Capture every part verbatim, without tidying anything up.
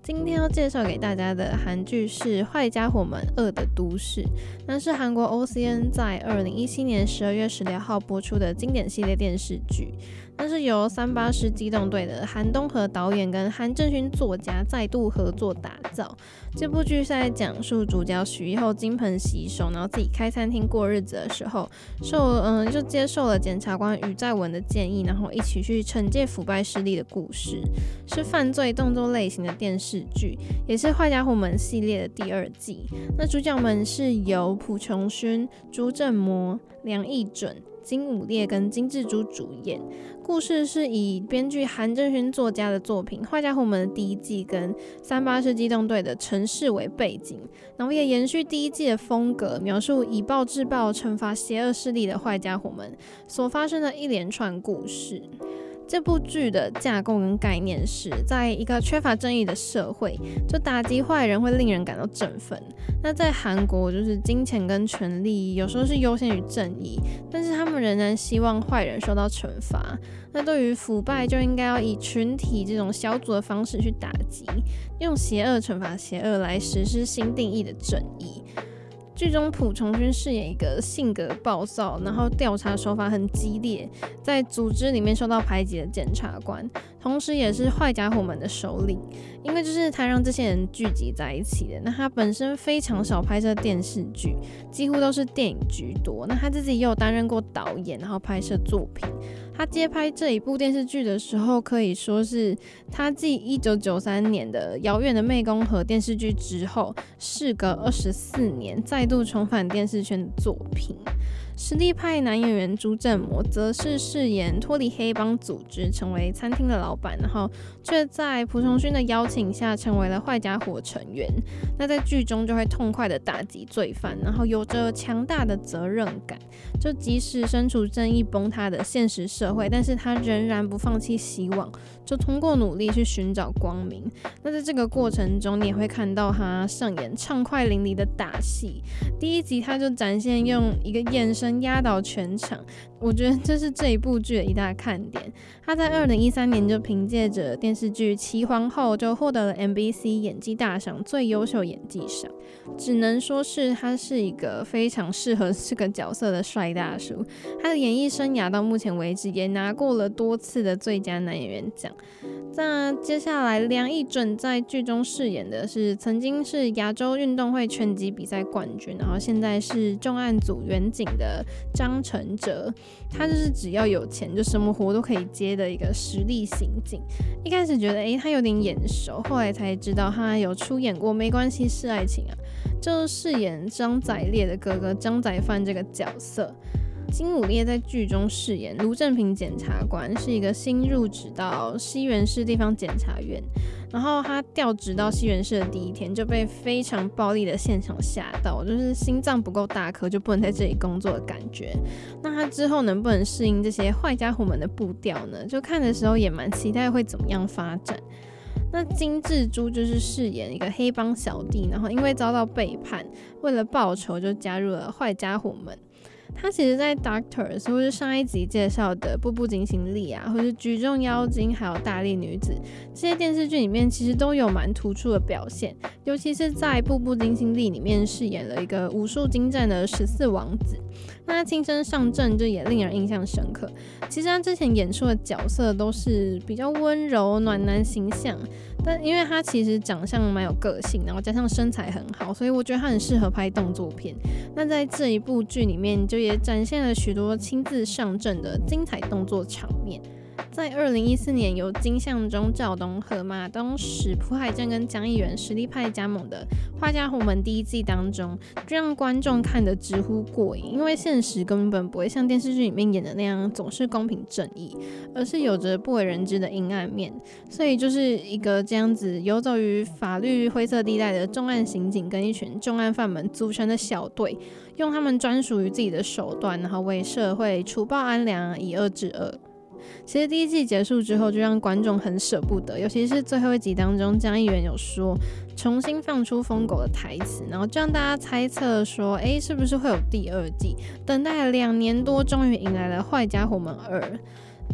今天要介绍给大家的韩剧是《坏家伙们恶的都市》，那是韩国 O C N 在二零一七年十二月十六号播出的经典系列电视剧。那是由三八师机动队的韩东和导演跟韩正勋作家再度合作打造。这部剧是在讲述主角许一后金盆洗手，然后自己开餐厅过日子的时候，受嗯就接受了检察官宇在文的建议，然后一起去惩戒腐败势力的故事，是犯罪动作类型的电视剧，也是坏家伙们系列的第二季。那主角们是由朴琼勋、朱正模、梁义准、金武烈跟金智珠主演。故事是以编剧韩正勋作家的作品《坏家伙们》的第一季跟三八式机动队的城市为背景，然后也延续第一季的风格，描述以暴制暴惩罚邪恶势力的坏家伙们所发生的一连串故事。这部剧的架构跟概念是在一个缺乏正义的社会，就打击坏人会令人感到振奋。那在韩国，就是金钱跟权力有时候是优先于正义，但是他们仍然希望坏人受到惩罚。那对于腐败，就应该要以群体这种小组的方式去打击，用邪恶惩罚邪恶来实施新定义的正义。剧中朴崇勋饰演一个性格暴躁，然后调查手法很激烈，在组织里面受到排挤的检察官，同时也是坏家伙们的首领。因为就是他让这些人聚集在一起的。那他本身非常少拍摄电视剧，几乎都是电影居多。那他自己也有担任过导演，然后拍摄作品。他接拍这一部电视剧的时候，可以说是他继一九九三年的《遥远的湄公河》电视剧之后，事隔二十四年再度重返电视圈的作品。实力派男演员朱正模则是饰演脱离黑帮组织，成为餐厅的老板，然后却在朴崇勋的邀请下成为了坏家伙成员。那在剧中就会痛快的打击罪犯，然后有着强大的责任感，就即使身处正义崩塌的现实社会，但是他仍然不放弃希望，就通过努力去寻找光明。那在这个过程中，你也会看到他上演畅快淋漓的打戏。第一集他就展现用一个眼神压倒全场，我觉得这是这一部剧的一大看点。他在二零一三年就凭借着电视剧《奇皇后》就获得了 M B C 演技大赏最优秀演技赏，只能说是他是一个非常适合这个角色的帅大叔。他的演艺生涯到目前为止也拿过了多次的最佳男演员奖。那接下来梁义准在剧中饰演的是曾经是亚洲运动会拳击比赛冠军，然后现在是重案组员警的张承哲。他就是只要有钱就什么活都可以接的一个实力刑警。一开始觉得诶他有点眼熟，后来才知道他有出演过《没关系是爱情》啊，就饰演张载烈的哥哥张载范这个角色。金武烈在剧中饰演卢正平检察官，是一个新入职到西园市地方检察院，然后他调职到西园市的第一天就被非常暴力的现场吓到，就是心脏不够大颗就不能在这里工作的感觉。那他之后能不能适应这些坏家伙们的步调呢？就看的时候也蛮期待会怎么样发展。那金智珠就是饰演一个黑帮小弟，然后因为遭到背叛，为了报仇就加入了坏家伙们。他其实在 Doctors 或是上一集介绍的步步惊心力啊，或是举重妖精还有大力女子这些电视剧里面其实都有蛮突出的表现，尤其是在步步惊心力里面饰演了一个武术精湛的十四王子。那他亲身上阵就也令人印象深刻。其实他之前演出的角色都是比较温柔暖男形象，但因为他其实长相蛮有个性，然后加上身材很好，所以我觉得他很适合拍动作片。那在这一部剧里面就也展现了许多亲自上阵的精彩动作场面。在二零一四年由金相中、赵东赫、马东石、朴海镇跟江议员实力派加盟的《坏家伙们》第一季当中，就让观众看得直呼过瘾，因为现实根本不会像电视剧里面演的那样总是公平正义，而是有着不为人知的阴暗面。所以就是一个这样子游走于法律灰色地带的重案刑警跟一群重案犯们组成的小队，用他们专属于自己的手段，然后为社会除暴安良，以恶制恶。其实第一季结束之后就让观众很舍不得，尤其是最后一集当中江议员有说重新放出疯狗的台词，然后就让大家猜测说诶是不是会有第二季。等待了两年多终于迎来了坏家伙们二。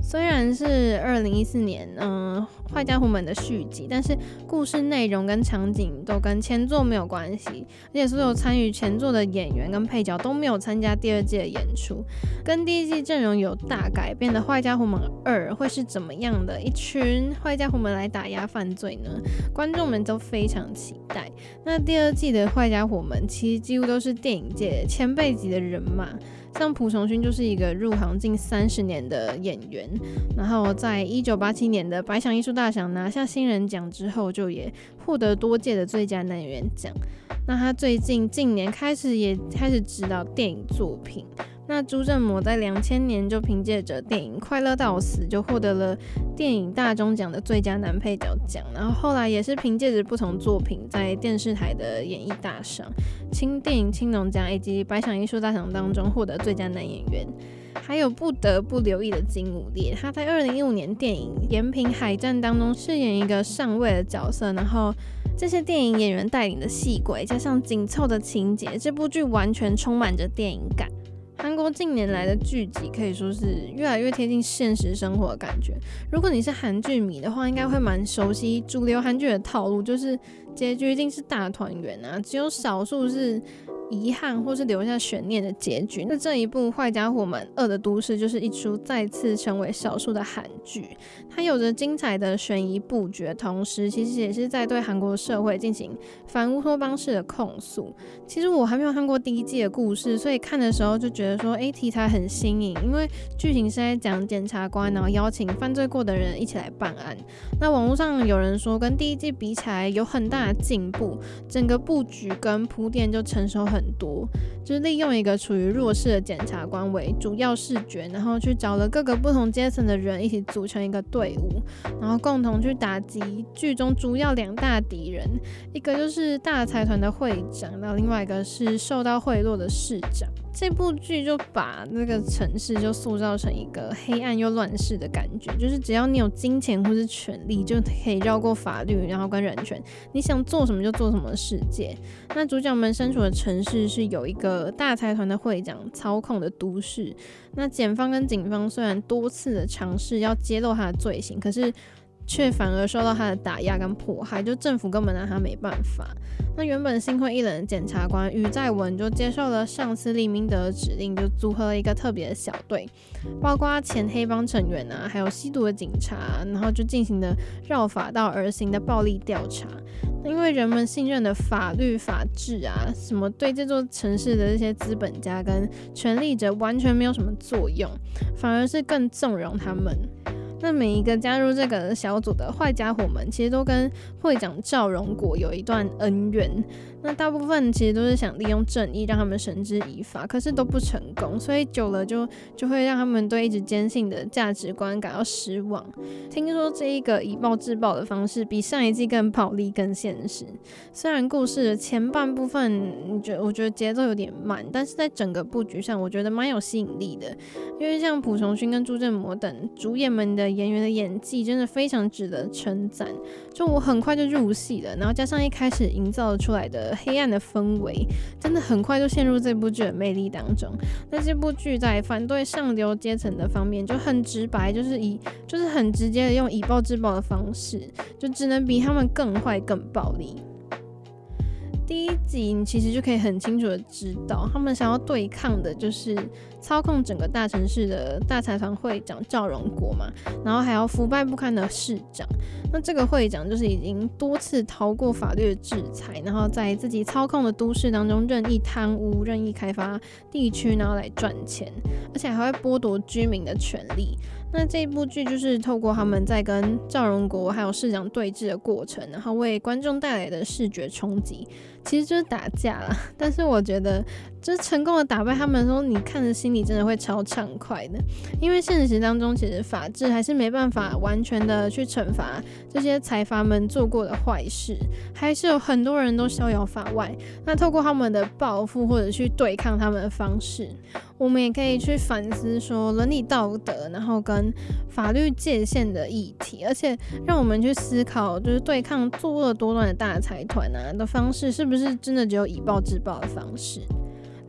虽然是二零一四年嗯坏家伙们的续集，但是故事内容跟场景都跟前作没有关系，而且所有参与前作的演员跟配角都没有参加第二季的演出。跟第一季阵容有大改变的坏家伙们二会是怎么样的一群坏家伙们来打压犯罪呢？观众们都非常期待。那第二季的坏家伙们其实几乎都是电影界前辈级的人马，像朴崇勋就是一个入行近三十年的演员，然后在一九八七年的百想艺术大赏拿下新人奖之后，就也获得多届的最佳男演员奖。那他最近近年开始也开始执导电影作品。那朱振模在两千年就凭借着电影《快乐到死》就获得了电影大钟奖的最佳男配角奖，然后后来也是凭借着不同作品在电视台的演艺大赏、青电影青龙奖以及百想艺术大赏当中获得最佳男演员。还有不得不留意的金武烈，他在二零一五年电影《延平海战》当中饰演一个上尉的角色，然后这些电影演员带领的戏轨加上紧凑的情节，这部剧完全充满着电影感。韩国近年来的剧集可以说是越来越贴近现实生活的感觉。如果你是韩剧迷的话，应该会蛮熟悉主流韩剧的套路，就是结局一定是大团圆啊，只有少数是遗憾或是留下悬念的结局。那这一部《坏家伙们二的都市》就是一出再次成为少数的韩剧，它有着精彩的悬疑布局的同时，其实也是在对韩国社会进行反乌托邦式的控诉。其实我还没有看过第一季的故事，所以看的时候就觉得说，哎，题材很新颖，因为剧情是在讲检察官然后邀请犯罪过的人一起来办案。那网络上有人说跟第一季比起来有很大的进步，整个布局跟铺垫就成熟很多，就是利用一个处于弱势的检察官为主要视觉，然后去找了各个不同阶层的人一起组成一个队伍，然后共同去打击剧中主要两大敌人，一个就是大财团的会长，然后另外一个是受到贿赂的市长。这部剧就把那个城市就塑造成一个黑暗又乱世的感觉，就是只要你有金钱或是权力，就可以绕过法律，然后跟人权，你想做什么就做什么的世界。那主角们身处的城市是有一个大财团的会长操控的都市，那检方跟警方虽然多次的尝试要揭露他的罪行，可是却反而受到他的打压跟迫害，就政府根本拿他没办法。那原本心灰意冷的检察官于在文就接受了上司李明德的指令，就组合了一个特别的小队，包括前黑帮成员啊，还有吸毒的警察，然后就进行了绕法到而行的暴力调查。因为人们信任的法律法治啊，什么对这座城市的这些资本家跟权力者完全没有什么作用，反而是更纵容他们。那每一个加入这个小组的坏家伙们，其实都跟会长赵荣国有一段恩怨。那大部分其实都是想利用正义让他们绳之以法，可是都不成功，所以久了就就会让他们对一直坚信的价值观感到失望。听说这一个以暴制暴的方式比上一季更暴力、更现实。虽然故事的前半部分，我觉得节奏有点慢，但是在整个布局上，我觉得蛮有吸引力的。因为像朴崇勋跟朱振模等主演们的演员的演技真的非常值得称赞，就我很快就入戏了，然后加上一开始营造出来的黑暗的氛围，真的很快就陷入这部剧的魅力当中。那这部剧在反对上流阶层的方面就很直白，就是以就是很直接的用以暴制暴的方式，就只能比他们更坏更暴力。第一集你其实就可以很清楚的知道，他们想要对抗的就是操控整个大城市的大财团会长赵荣国嘛，然后还有腐败不堪的市长。那这个会长就是已经多次逃过法律的制裁，然后在自己操控的都市当中任意贪污、任意开发地区，然后来赚钱，而且还会剥夺居民的权利。那这一部剧就是透过他们在跟赵荣国还有市长对峙的过程，然后为观众带来的视觉冲击，其实就是打架啦。但是我觉得就是成功的打败他们的时候，你看着心里真的会超畅快的，因为现实当中其实法治还是没办法完全的去惩罚这些财阀们做过的坏事，还是有很多人都逍遥法外。那透过他们的报复或者去对抗他们的方式，我们也可以去反思说伦理道德，然后跟法律界限的议题，而且让我们去思考，就是对抗作恶多端的大财团啊的方式，是不是真的只有以暴制暴的方式？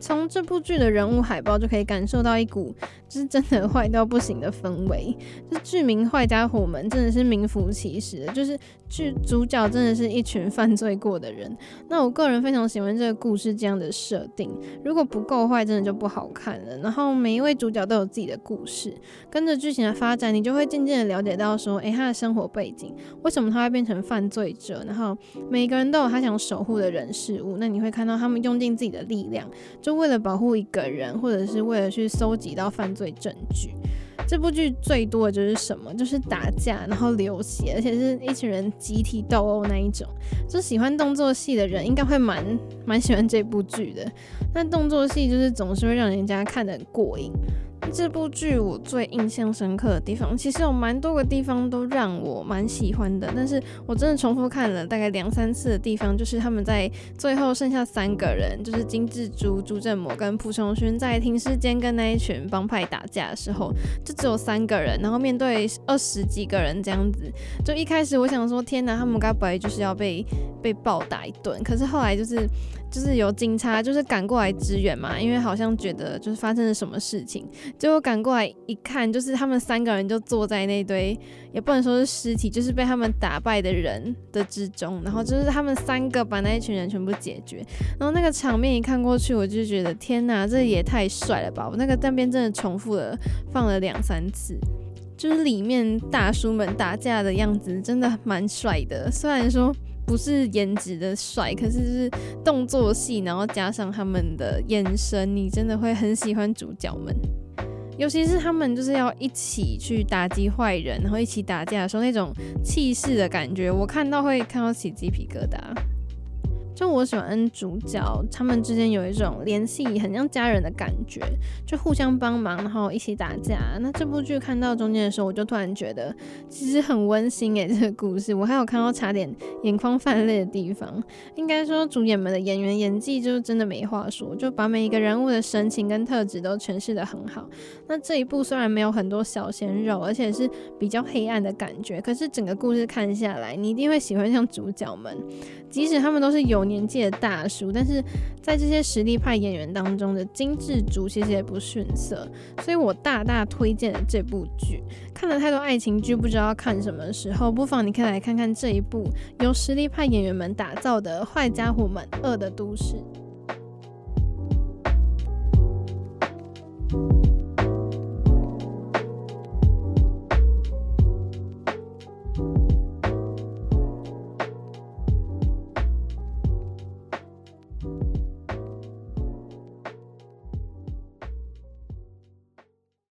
从这部剧的人物海报就可以感受到一股就是真的坏到不行的氛围，就剧名坏家伙们真的是名副其实的，就是剧主角真的是一群犯罪过的人。那我个人非常喜欢这个故事这样的设定，如果不够坏真的就不好看了。然后每一位主角都有自己的故事，跟着剧情的发展，你就会渐渐的了解到说，诶，他的生活背景，为什么他会变成犯罪者，然后每个人都有他想守护的人事物，那你会看到他们用尽自己的力量，就为了保护一个人，或者是为了去搜集到犯罪证据。这部剧最多的就是什么，就是打架，然后流血，而且是一群人集体斗殴那一种。就喜欢动作戏的人应该会蛮蛮喜欢这部剧的。但动作戏就是总是会让人家看得很过瘾。这部剧我最印象深刻的地方，其实有蛮多个地方都让我蛮喜欢的，但是我真的重复看了大概两三次的地方，就是他们在最后剩下三个人，就是金志洙、朱振模跟朴成勋在停尸间跟那一群帮派打架的时候，就只有三个人，然后面对二十几个人这样子，就一开始我想说天哪，他们该不会就是要被被暴打一顿，可是后来就是就是有警察就是赶过来支援嘛，因为好像觉得就是发生了什么事情，结果赶过来一看，就是他们三个人就坐在那堆也不能说是尸体，就是被他们打败的人的之中，然后就是他们三个把那一群人全部解决，然后那个场面一看过去，我就觉得天哪，这也太帅了吧！我那个那边真的重复了放了两三次。就是里面大叔们打架的样子真的蛮帅的，虽然说不是颜值的帅，可是就是动作戏，然后加上他们的眼神，你真的会很喜欢主角们。尤其是他们就是要一起去打击坏人，然后一起打架的时候，那种气势的感觉，我看到会看到起鸡皮疙瘩。就我喜欢主角他们之间有一种联系很像家人的感觉，就互相帮忙，然后一起打架。那这部剧看到中间的时候，我就突然觉得其实很温馨耶，这个故事我还有看到差点眼眶泛泪的地方。应该说主演们的演员演技就真的没话说，就把每一个人物的神情跟特质都诠释得很好。那这一部虽然没有很多小鲜肉，而且是比较黑暗的感觉，可是整个故事看下来，你一定会喜欢上主角们，即使他们都是有年纪的大叔，但是在这些实力派演员当中的金志洙其实也不逊色，所以我大大推荐了这部剧。看了太多爱情剧，不知道要看什么时候，不妨你可以来看看这一部由实力派演员们打造的《坏家伙们二的都市》。